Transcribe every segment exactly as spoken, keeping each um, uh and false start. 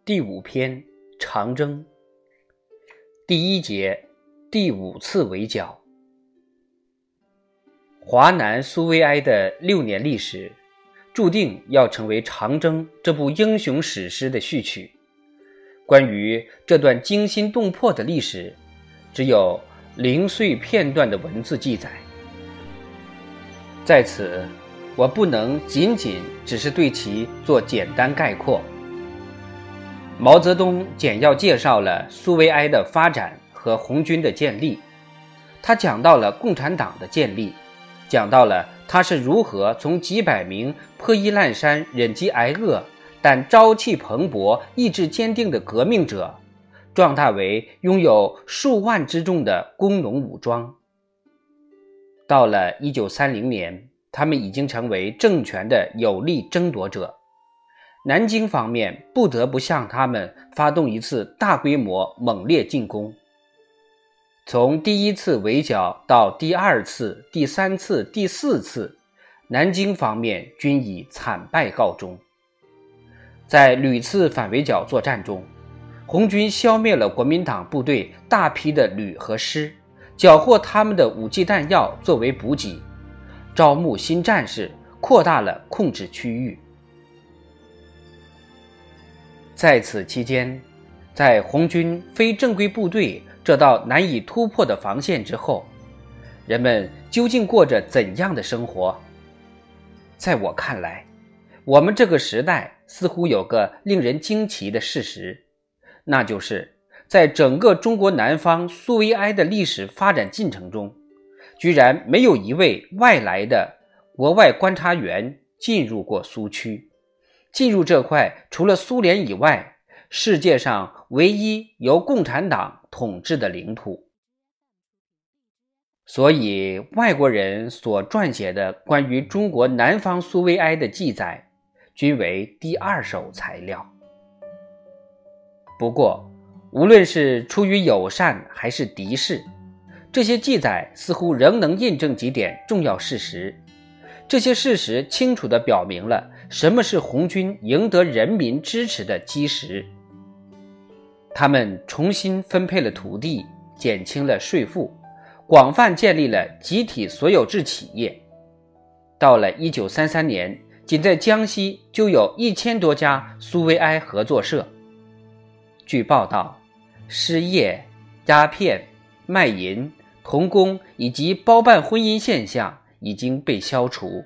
第五篇长征，第一节第五次围剿。华南苏维埃的六年历史注定要成为长征这部英雄史诗的序曲。关于这段惊心动魄的历史，只有零碎片段的文字记载。在此，我不能仅仅只是对其做简单概括。毛泽东简要介绍了苏维埃的发展和红军的建立，他讲到了共产党的建立，讲到了他是如何从几百名破衣烂衫、忍饥挨饿但朝气蓬勃、意志坚定的革命者，壮大为拥有数万之众的工农武装。到了一九三零年，他们已经成为政权的有力争夺者。南京方面不得不向他们发动一次大规模猛烈进攻。从第一次围剿到第二次、第三次、第四次，南京方面均以惨败告终。在屡次反围剿作战中，红军消灭了国民党部队大批的旅和师，缴获他们的武器弹药作为补给，招募新战士，扩大了控制区域。在此期间，在红军非正规部队这道难以突破的防线之后，人们究竟过着怎样的生活？在我看来，我们这个时代似乎有个令人惊奇的事实，那就是在整个中国南方苏维埃的历史发展进程中，居然没有一位外来的国外观察员进入过苏区，进入这块除了苏联以外世界上唯一由共产党统治的领土。所以外国人所撰写的关于中国南方苏维埃的记载均为第二手材料。不过无论是出于友善还是敌视，这些记载似乎仍能印证几点重要事实。这些事实清楚地表明了什么是红军赢得人民支持的基石。他们重新分配了土地，减轻了税负，广泛建立了集体所有制企业。到了一九三三年，仅在江西就有一千多家苏维埃合作社。据报道，失业、鸦片、卖淫、童工以及包办婚姻现象已经被消除。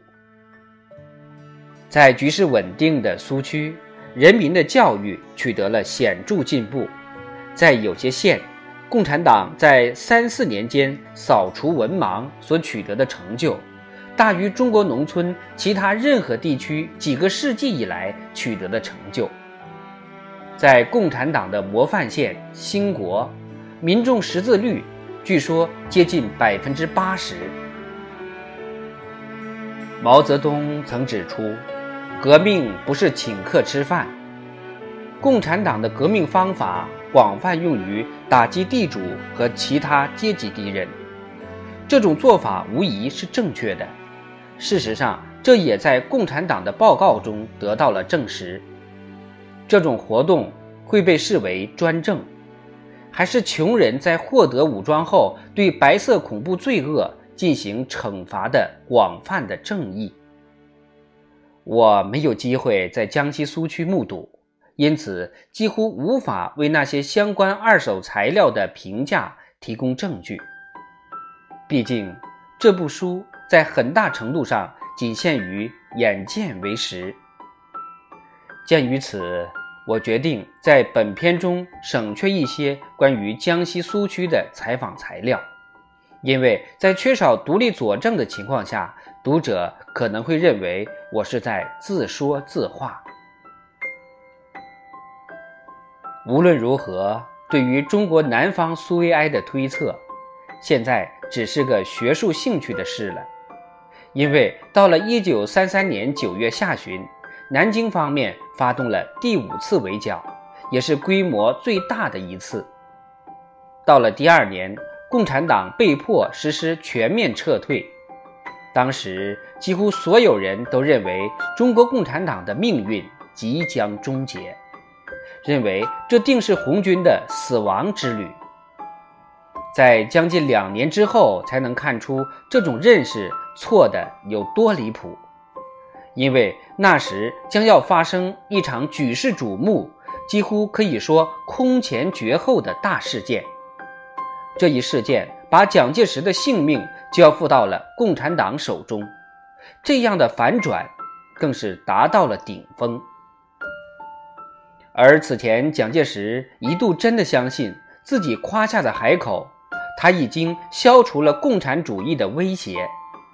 在局势稳定的苏区，人民的教育取得了显著进步。在有些县，共产党在三四年间扫除文盲所取得的成就，大于中国农村其他任何地区几个世纪以来取得的成就。在共产党的模范县兴国，民众识字率据说接近百分之八十。毛泽东曾指出，革命不是请客吃饭。共产党的革命方法广泛用于打击地主和其他阶级敌人，这种做法无疑是正确的。事实上，这也在共产党的报告中得到了证实。这种活动会被视为专政，还是穷人在获得武装后对白色恐怖罪恶进行惩罚的广泛的正义？我没有机会在江西苏区目睹，因此几乎无法为那些相关二手材料的评价提供证据。毕竟这部书在很大程度上仅限于眼见为实。鉴于此，我决定在本篇中省却一些关于江西苏区的采访材料，因为在缺少独立佐证的情况下，读者可能会认为我是在自说自话。无论如何，对于中国南方苏维埃的推测，现在只是个学术兴趣的事了。因为到了一九三三年九月下旬，南京方面发动了第五次围剿，也是规模最大的一次。到了第二年，共产党被迫实施全面撤退。当时几乎所有人都认为中国共产党的命运即将终结。 认为这定是红军的死亡之旅。在将近两年之后，才能看出这种认识错的有多离谱。因为那时将要发生一场举世瞩目，几乎可以说空前绝后的大事件。这一事件把蒋介石的性命交付到了共产党手中，这样的反转更是达到了顶峰。而此前蒋介石一度真的相信自己夸下的海口，他已经消除了共产主义的威胁。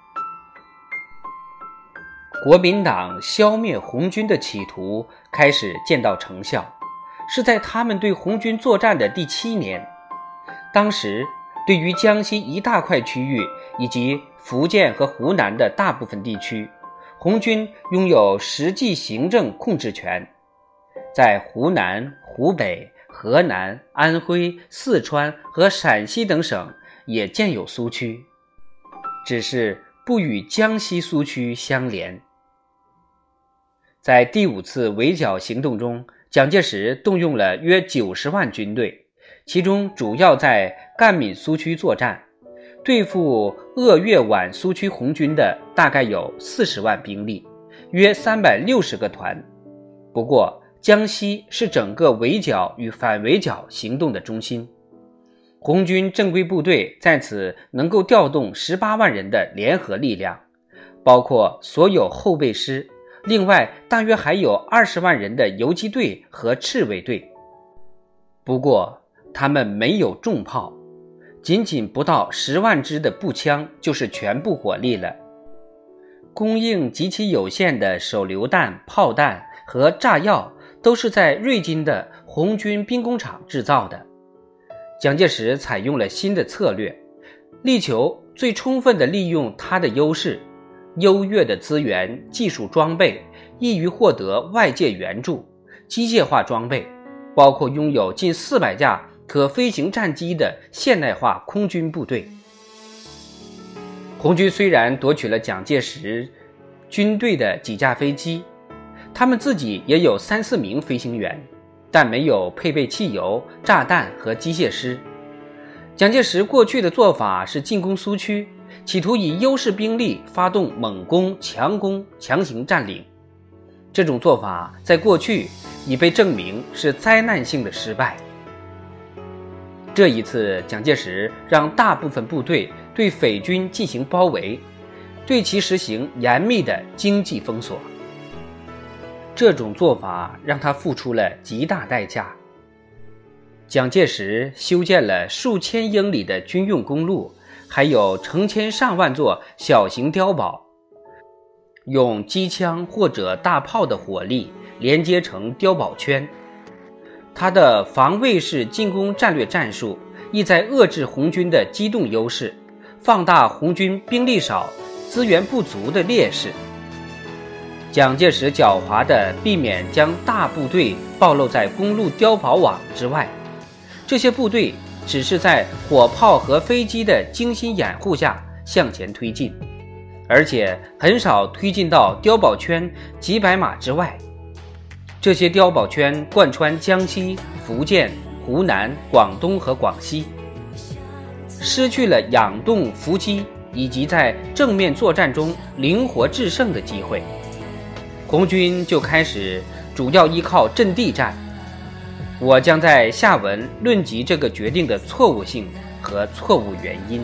国民党消灭红军的企图开始见到成效，是在他们对红军作战的第七年。当时对于江西一大块区域以及福建和湖南的大部分地区，红军拥有实际行政控制权。在湖南、湖北、河南、安徽、四川和陕西等省也建有苏区，只是不与江西苏区相连。在第五次围剿行动中，蒋介石动用了约九十万军队，其中主要在赣闽苏区作战，对付鄂粤皖苏区红军的大概有四十万兵力，约三百六十个团。不过江西是整个围剿与反围剿行动的中心，红军正规部队在此能够调动十八万人的联合力量，包括所有后备师，另外大约还有二十万人的游击队和赤卫队。不过他们没有重炮，仅仅不到十万支的步枪就是全部火力了。供应极其有限的手榴弹、炮弹和炸药都是在瑞金的红军兵工厂制造的。蒋介石采用了新的策略，力求最充分地利用他的优势，优越的资源、技术装备，易于获得外界援助，机械化装备，包括拥有近四百架可飞行战机的现代化空军部队。红军虽然夺取了蒋介石军队的几架飞机，他们自己也有三四名飞行员，但没有配备汽油、炸弹和机械师。蒋介石过去的做法是进攻苏区，企图以优势兵力发动猛攻、强攻、强行占领。这种做法在过去已被证明是灾难性的失败。这一次，蒋介石让大部分部队对匪军进行包围，对其实行严密的经济封锁。这种做法让他付出了极大代价。蒋介石修建了数千英里的军用公路，还有成千上万座小型碉堡，用机枪或者大炮的火力连接成碉堡圈。他的防卫式进攻战略战术意在遏制红军的机动优势，放大红军兵力少、资源不足的劣势。蒋介石狡猾地避免将大部队暴露在公路碉堡网之外，这些部队只是在火炮和飞机的精心掩护下向前推进，而且很少推进到碉堡圈几百码之外。这些碉堡圈贯穿江西、福建、湖南、广东和广西，失去了佯动伏击以及在正面作战中灵活制胜的机会。红军就开始主要依靠阵地战。我将在下文论及这个决定的错误性和错误原因。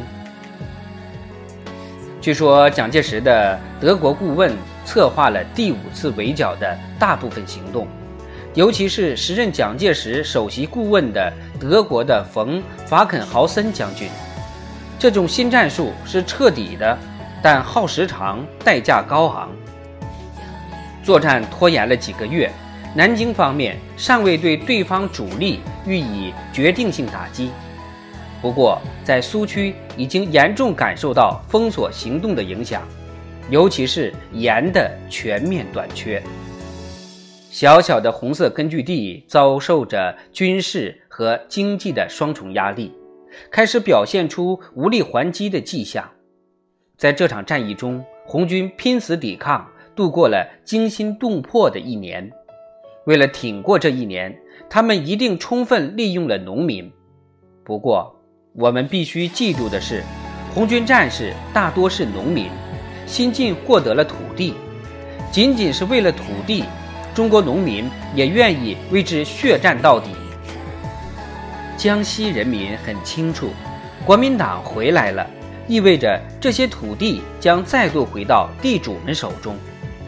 据说蒋介石的德国顾问策划了第五次围剿的大部分行动，尤其是时任蒋介石首席顾问的德国的冯·法肯豪森将军。这种新战术是彻底的，但耗时长，代价高昂。作战拖延了几个月，南京方面尚未对对方主力予以决定性打击。不过在苏区已经严重感受到封锁行动的影响，尤其是盐的全面短缺。小小的红色根据地遭受着军事和经济的双重压力，开始表现出无力还击的迹象。在这场战役中，红军拼死抵抗，度过了惊心动魄的一年。为了挺过这一年， 他们一定充分利用了农民。不过，我们必须记住的是，红军战士大多是农民，新近获得了土地，仅仅是为了土地，中国农民也愿意为之血战到底。江西人民很清楚，国民党回来了，意味着这些土地将再度回到地主们手中。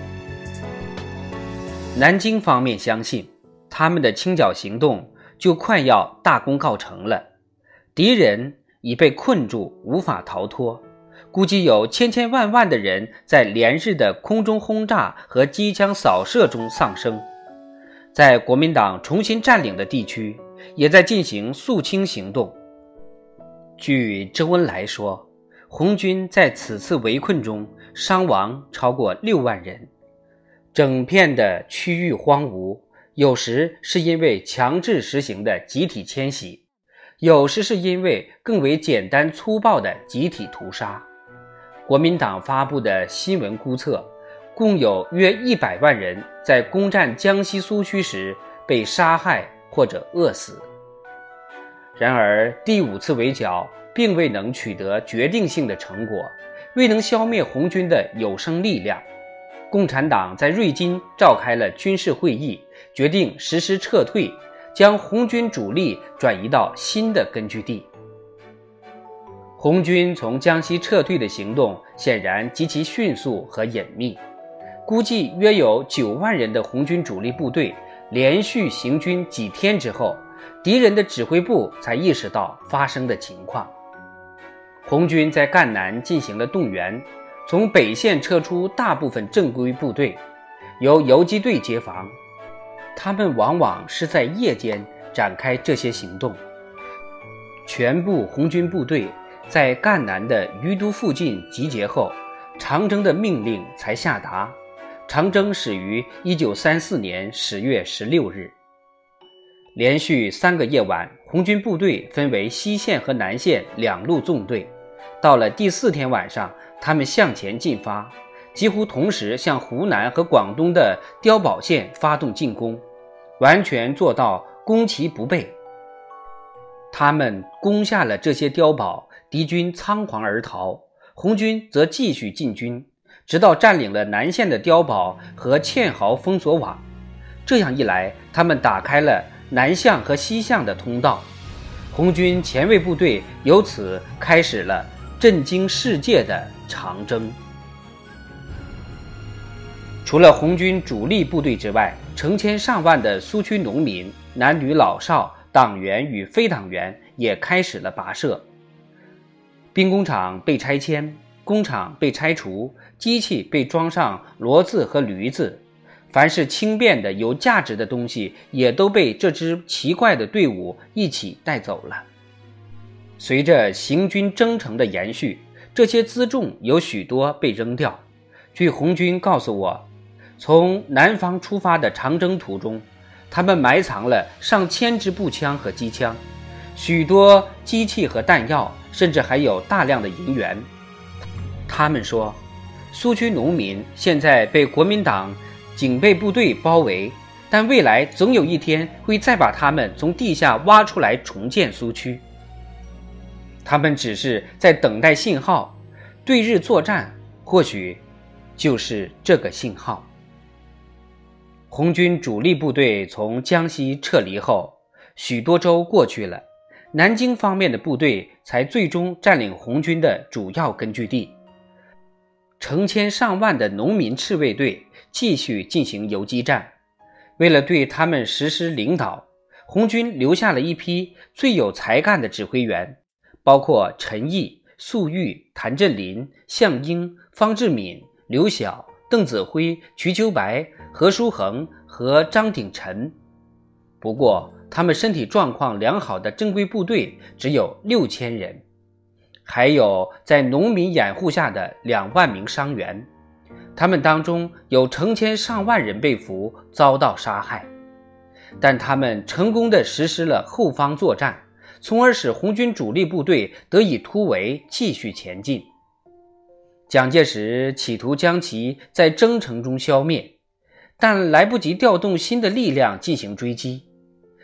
南京方面相信，他们的清剿行动就快要大功告成了，敌人已被困住，无法逃脱，估计有千千万万的人在连日的空中轰炸和机枪扫射中丧生。在国民党重新占领的地区，也在进行肃清行动。据周恩来说，红军在此次围困中伤亡超过六万人，整片的区域荒芜，有时是因为强制实行的集体迁徙，有时是因为更为简单粗暴的集体屠杀。国民党发布的新闻估测，共有约一百万人在攻占江西苏区时被杀害或者饿死。然而，第五次围剿并未能取得决定性的成果，未能消灭红军的有生力量。共产党在瑞金召开了军事会议，决定实施撤退，将红军主力转移到新的根据地。红军从江西撤退的行动显然极其迅速和隐秘，估计约有九万人的红军主力部队连续行军几天之后，敌人的指挥部才意识到发生的情况。红军在赣南进行了动员，从北线撤出大部分正规部队，由游击队接防。他们往往是在夜间展开这些行动。全部红军部队在赣南的余都附近集结后，长征的命令才下达。长征始于一九三四年十月十六日。连续三个夜晚，红军部队分为西线和南线两路纵队。到了第四天晚上，他们向前进发，几乎同时向湖南和广东的碉堡线发动进攻，完全做到攻其不备。他们攻下了这些碉堡，敌军仓皇而逃，红军则继续进军，直到占领了南线的碉堡和堑壕封锁网。这样一来，他们打开了南向和西向的通道，红军前卫部队由此开始了震惊世界的长征。除了红军主力部队之外，成千上万的苏区农民，男女老少，党员与非党员也开始了跋涉。兵工厂被拆迁，工厂被拆除，机器被装上骡子和驴子，凡是轻便的有价值的东西也都被这支奇怪的队伍一起带走了。随着行军征程的延续，这些辎重有许多被扔掉。据红军告诉我，从南方出发的长征途中，他们埋藏了上千支步枪和机枪，许多机器和弹药，甚至还有大量的银元。他们说，苏区农民现在被国民党警备部队包围，但未来总有一天会再把他们从地下挖出来重建苏区。他们只是在等待信号，对日作战或许就是这个信号。红军主力部队从江西撤离后，许多周过去了，南京方面的部队才最终占领红军的主要根据地。成千上万的农民赤卫队继续进行游击战。为了对他们实施领导，红军留下了一批最有才干的指挥员，包括陈毅、粟裕、谭震林、项英、方志敏、刘晓、邓子恢、瞿秋白、何书衡和张鼎臣。不过他们身体状况良好的正规部队只有六千人，还有在农民掩护下的两万名伤员，他们当中有成千上万人被俘，遭到杀害。但他们成功地实施了后方作战，从而使红军主力部队得以突围，继续前进。蒋介石企图将其在征程中消灭，但来不及调动新的力量进行追击。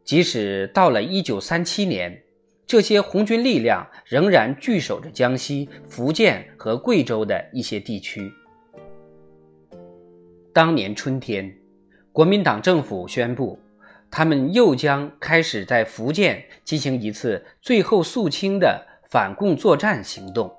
即使到了一九三七年，这些红军力量仍然据守着江西、福建和贵州的一些地区。当年春天，国民党政府宣布，他们又将开始在福建进行一次最后肃清的反共作战行动。